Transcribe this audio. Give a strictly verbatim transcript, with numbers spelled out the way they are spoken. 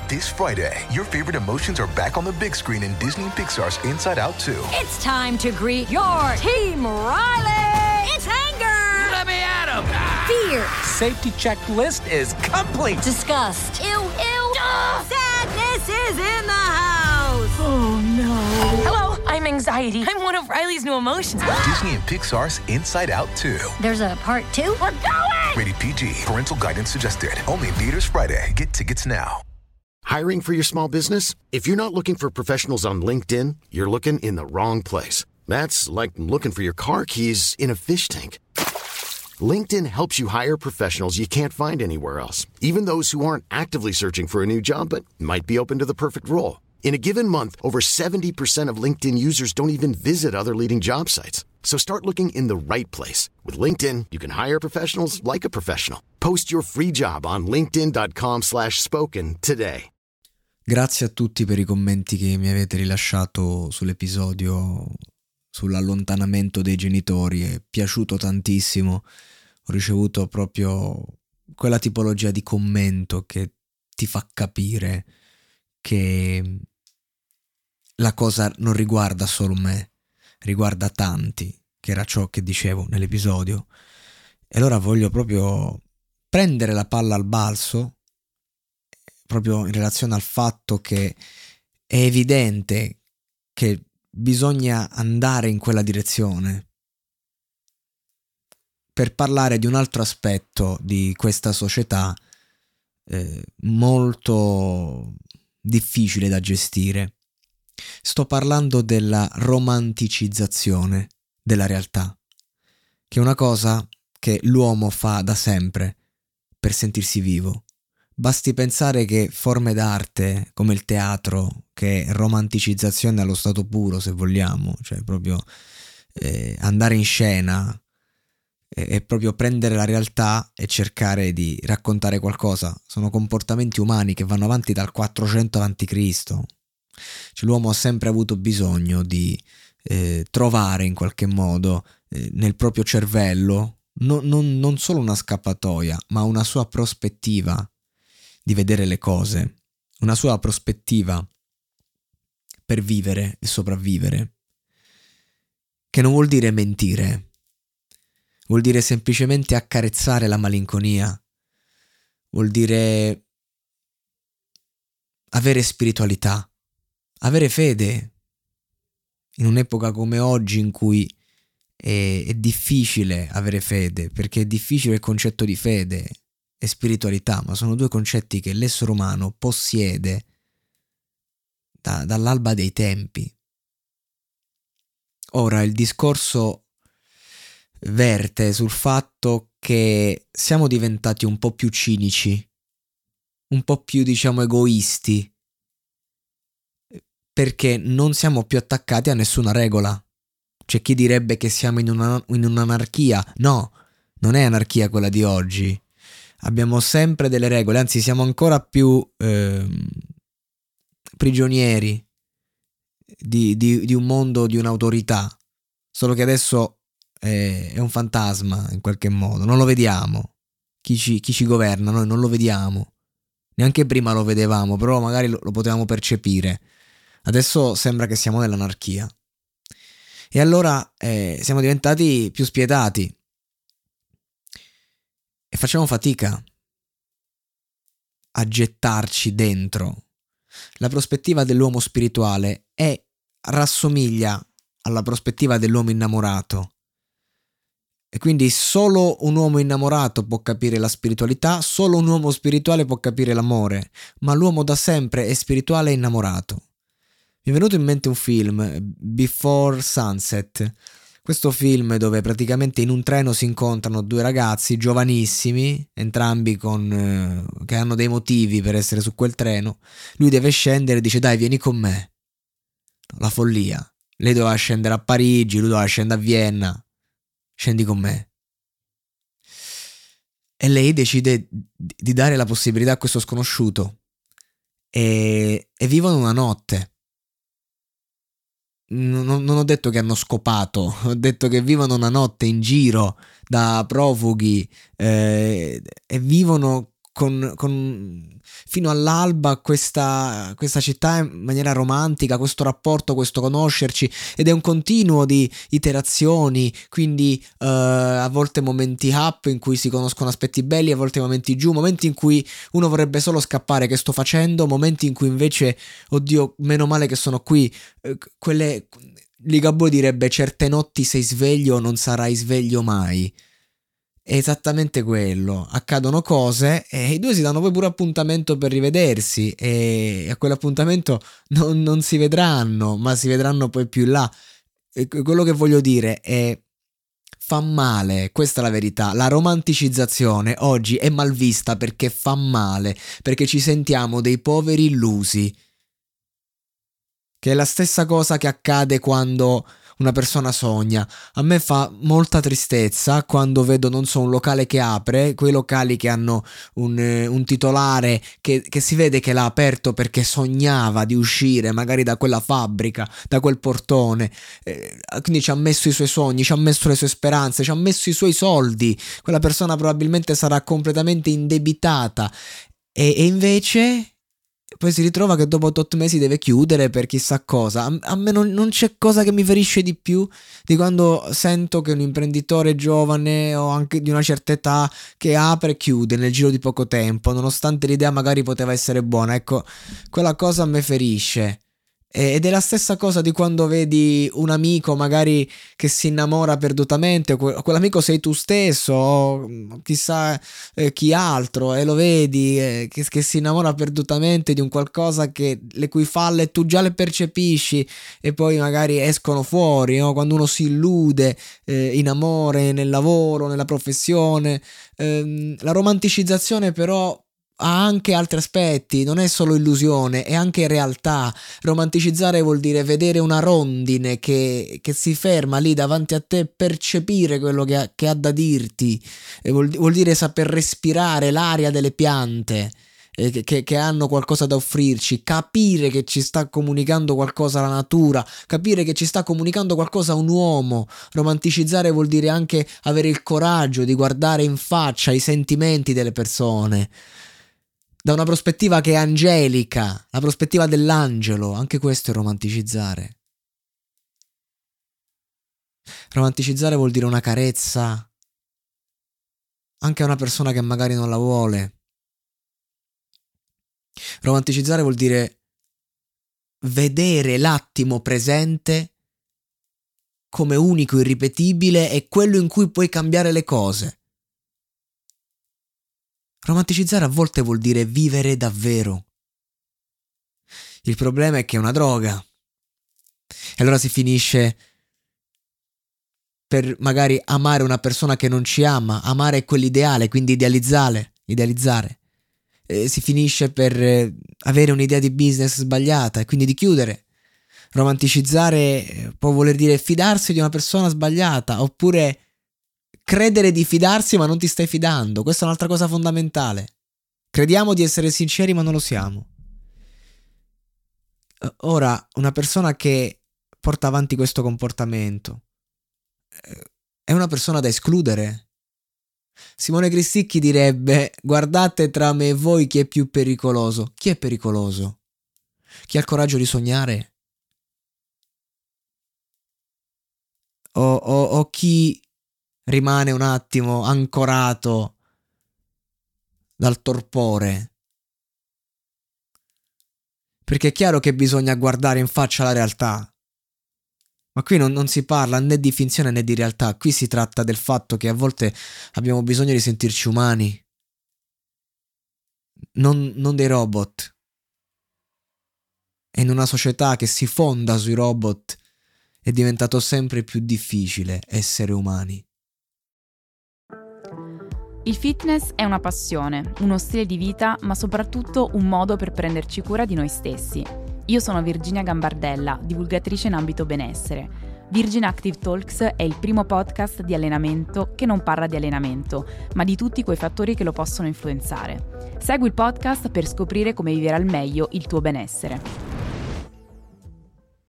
This Friday, your favorite emotions are back on the big screen in Disney and Pixar's Inside Out two. It's time to greet your Team Riley! It's anger! Let me at him! Fear! Safety checklist is complete! Disgust! Ew, ew! Ugh. Sadness is in the house! Oh no! Hello, I'm anxiety. I'm one of Riley's new emotions. Disney and Pixar's Inside Out two. There's a part two? We're going! Rated P G. Parental guidance suggested. Only in theaters Friday. Get tickets now. Hiring for your small business? If you're not looking for professionals on LinkedIn, you're looking in the wrong place. That's like looking for your car keys in a fish tank. LinkedIn helps you hire professionals you can't find anywhere else, even those who aren't actively searching for a new job but might be open to the perfect role. In a given month, over seventy percent of LinkedIn users don't even visit other leading job sites. So start looking in the right place. With LinkedIn, you can hire professionals like a professional. Post your free job on linkedin.com slash spoken today. Grazie a tutti per i commenti che mi avete rilasciato sull'episodio sull'allontanamento dei genitori. È piaciuto tantissimo. Ho ricevuto proprio quella tipologia di commento che ti fa capire che la cosa non riguarda solo me, riguarda tanti, che era ciò che dicevo nell'episodio. E allora voglio proprio prendere la palla al balzo, proprio in relazione al fatto che è evidente che bisogna andare in quella direzione per parlare di un altro aspetto di questa società eh, molto difficile da gestire. Sto parlando della romanticizzazione della realtà, che è una cosa che l'uomo fa da sempre per sentirsi vivo. Basti pensare che forme d'arte come il teatro, che è romanticizzazione allo stato puro, se vogliamo, cioè proprio eh, andare in scena e, e proprio prendere la realtà e cercare di raccontare qualcosa, sono comportamenti umani che vanno avanti dal quattrocento avanti Cristo. Cioè, l'uomo ha sempre avuto bisogno di eh, trovare in qualche modo eh, nel proprio cervello no, non, non solo una scappatoia, ma una sua prospettiva di vedere le cose, una sua prospettiva per vivere e sopravvivere, che non vuol dire mentire, vuol dire semplicemente accarezzare la malinconia, vuol dire avere spiritualità, avere fede, in un'epoca come oggi in cui è, è difficile avere fede, perché è difficile il concetto di fede e spiritualità, ma sono due concetti che l'essere umano possiede da, dall'alba dei tempi. Ora il discorso verte sul fatto che siamo diventati un po' più cinici, un po' più, diciamo, egoisti, perché non siamo più attaccati a nessuna regola. C'è chi direbbe che siamo in, una, in un'anarchia. No, non è anarchia quella di oggi. Abbiamo sempre delle regole, anzi siamo ancora più eh, prigionieri di, di, di un mondo, di un'autorità, solo che adesso è, è un fantasma in qualche modo, non lo vediamo, chi ci, chi ci governa noi non lo vediamo, neanche prima lo vedevamo, però magari lo, lo potevamo percepire, adesso sembra che siamo nell'anarchia e allora eh, siamo diventati più spietati. E facciamo fatica a gettarci dentro. La prospettiva dell'uomo spirituale è rassomiglia alla prospettiva dell'uomo innamorato. E quindi solo un uomo innamorato può capire la spiritualità, solo un uomo spirituale può capire l'amore, ma l'uomo da sempre è spirituale e innamorato. Mi è venuto in mente un film, Before Sunset. Questo film dove praticamente in un treno si incontrano due ragazzi giovanissimi, entrambi con eh, che hanno dei motivi per essere su quel treno. Lui deve scendere e dice: dai, vieni con me. La follia. Lei doveva scendere a Parigi, lui doveva scendere a Vienna. Scendi con me. E lei decide di dare la possibilità a questo sconosciuto e, e vivono una notte. Non, non ho detto che hanno scopato, ho detto che vivono una notte in giro da profughi eh, e vivono con, con fino all'alba questa, questa città in maniera romantica, questo rapporto, questo conoscerci, ed è un continuo di iterazioni, quindi uh, a volte momenti up in cui si conoscono aspetti belli, a volte momenti giù, momenti in cui uno vorrebbe solo scappare, che sto facendo, momenti in cui invece, oddio, meno male che sono qui, uh, quelle... Ligabue direbbe: certe notti sei sveglio, non sarai sveglio mai. È esattamente quello, accadono cose e i due si danno poi pure appuntamento per rivedersi, e a quell'appuntamento non, non si vedranno, ma si vedranno poi più in là. E quello che voglio dire è: fa male, questa è la verità. La romanticizzazione oggi è mal vista perché fa male, perché ci sentiamo dei poveri illusi, che è la stessa cosa che accade quando una persona sogna. A me fa molta tristezza quando vedo, non so, un locale che apre, quei locali che hanno un, un titolare che, che si vede che l'ha aperto perché sognava di uscire magari da quella fabbrica, da quel portone, eh, quindi ci ha messo i suoi sogni, ci ha messo le sue speranze, ci ha messo i suoi soldi. Quella persona probabilmente sarà completamente indebitata e, e invece... poi si ritrova che dopo tot mesi deve chiudere per chissà cosa. A, a me non, non c'è cosa che mi ferisce di più di quando sento che un imprenditore giovane o anche di una certa età che apre e chiude nel giro di poco tempo, nonostante l'idea magari poteva essere buona. Ecco, quella cosa a me ferisce. Ed è la stessa cosa di quando vedi un amico magari che si innamora perdutamente, o quell'amico sei tu stesso, o chissà eh, chi altro, e lo vedi eh, che, che si innamora perdutamente di un qualcosa che le cui falle tu già le percepisci, e poi magari escono fuori, no? Quando uno si illude eh, in amore, nel lavoro, nella professione. Eh, la romanticizzazione però ha anche altri aspetti, non è solo illusione, è anche realtà. Romanticizzare vuol dire vedere una rondine che, che si ferma lì davanti a te, percepire quello che ha, che ha da dirti, e vuol, vuol dire saper respirare l'aria delle piante eh, che, che hanno qualcosa da offrirci, capire che ci sta comunicando qualcosa la natura, capire che ci sta comunicando qualcosa un uomo. Romanticizzare vuol dire anche avere il coraggio di guardare in faccia i sentimenti delle persone da una prospettiva che è angelica, la prospettiva dell'angelo. Anche questo è romanticizzare. Romanticizzare vuol dire una carezza anche a una persona che magari non la vuole. Romanticizzare vuol dire vedere l'attimo presente come unico, irripetibile e quello in cui puoi cambiare le cose. Romanticizzare a volte vuol dire vivere davvero. Il problema è che è una droga. E allora si finisce per magari amare una persona che non ci ama. Amare è quell'ideale, quindi idealizzare. idealizzare. E si finisce per avere un'idea di business sbagliata e quindi di chiudere. Romanticizzare può voler dire fidarsi di una persona sbagliata, oppure credere di fidarsi ma non ti stai fidando. Questa è un'altra cosa fondamentale. Crediamo di essere sinceri ma non lo siamo. Ora, una persona che porta avanti questo comportamento è una persona da escludere. Simone Cristicchi direbbe: guardate tra me e voi chi è più pericoloso. Chi è pericoloso? Chi ha il coraggio di sognare? O, o, o chi rimane un attimo ancorato dal torpore? Perché è chiaro che bisogna guardare in faccia la realtà, ma qui non, non si parla né di finzione né di realtà. Qui si tratta del fatto che a volte abbiamo bisogno di sentirci umani, non, non dei robot. E in una società che si fonda sui robot è diventato sempre più difficile essere umani. Il fitness è una passione, uno stile di vita, ma soprattutto un modo per prenderci cura di noi stessi. Io sono Virginia Gambardella, divulgatrice in ambito benessere. Virgin Active Talks è il primo podcast di allenamento che non parla di allenamento, ma di tutti quei fattori che lo possono influenzare. Segui il podcast per scoprire come vivere al meglio il tuo benessere.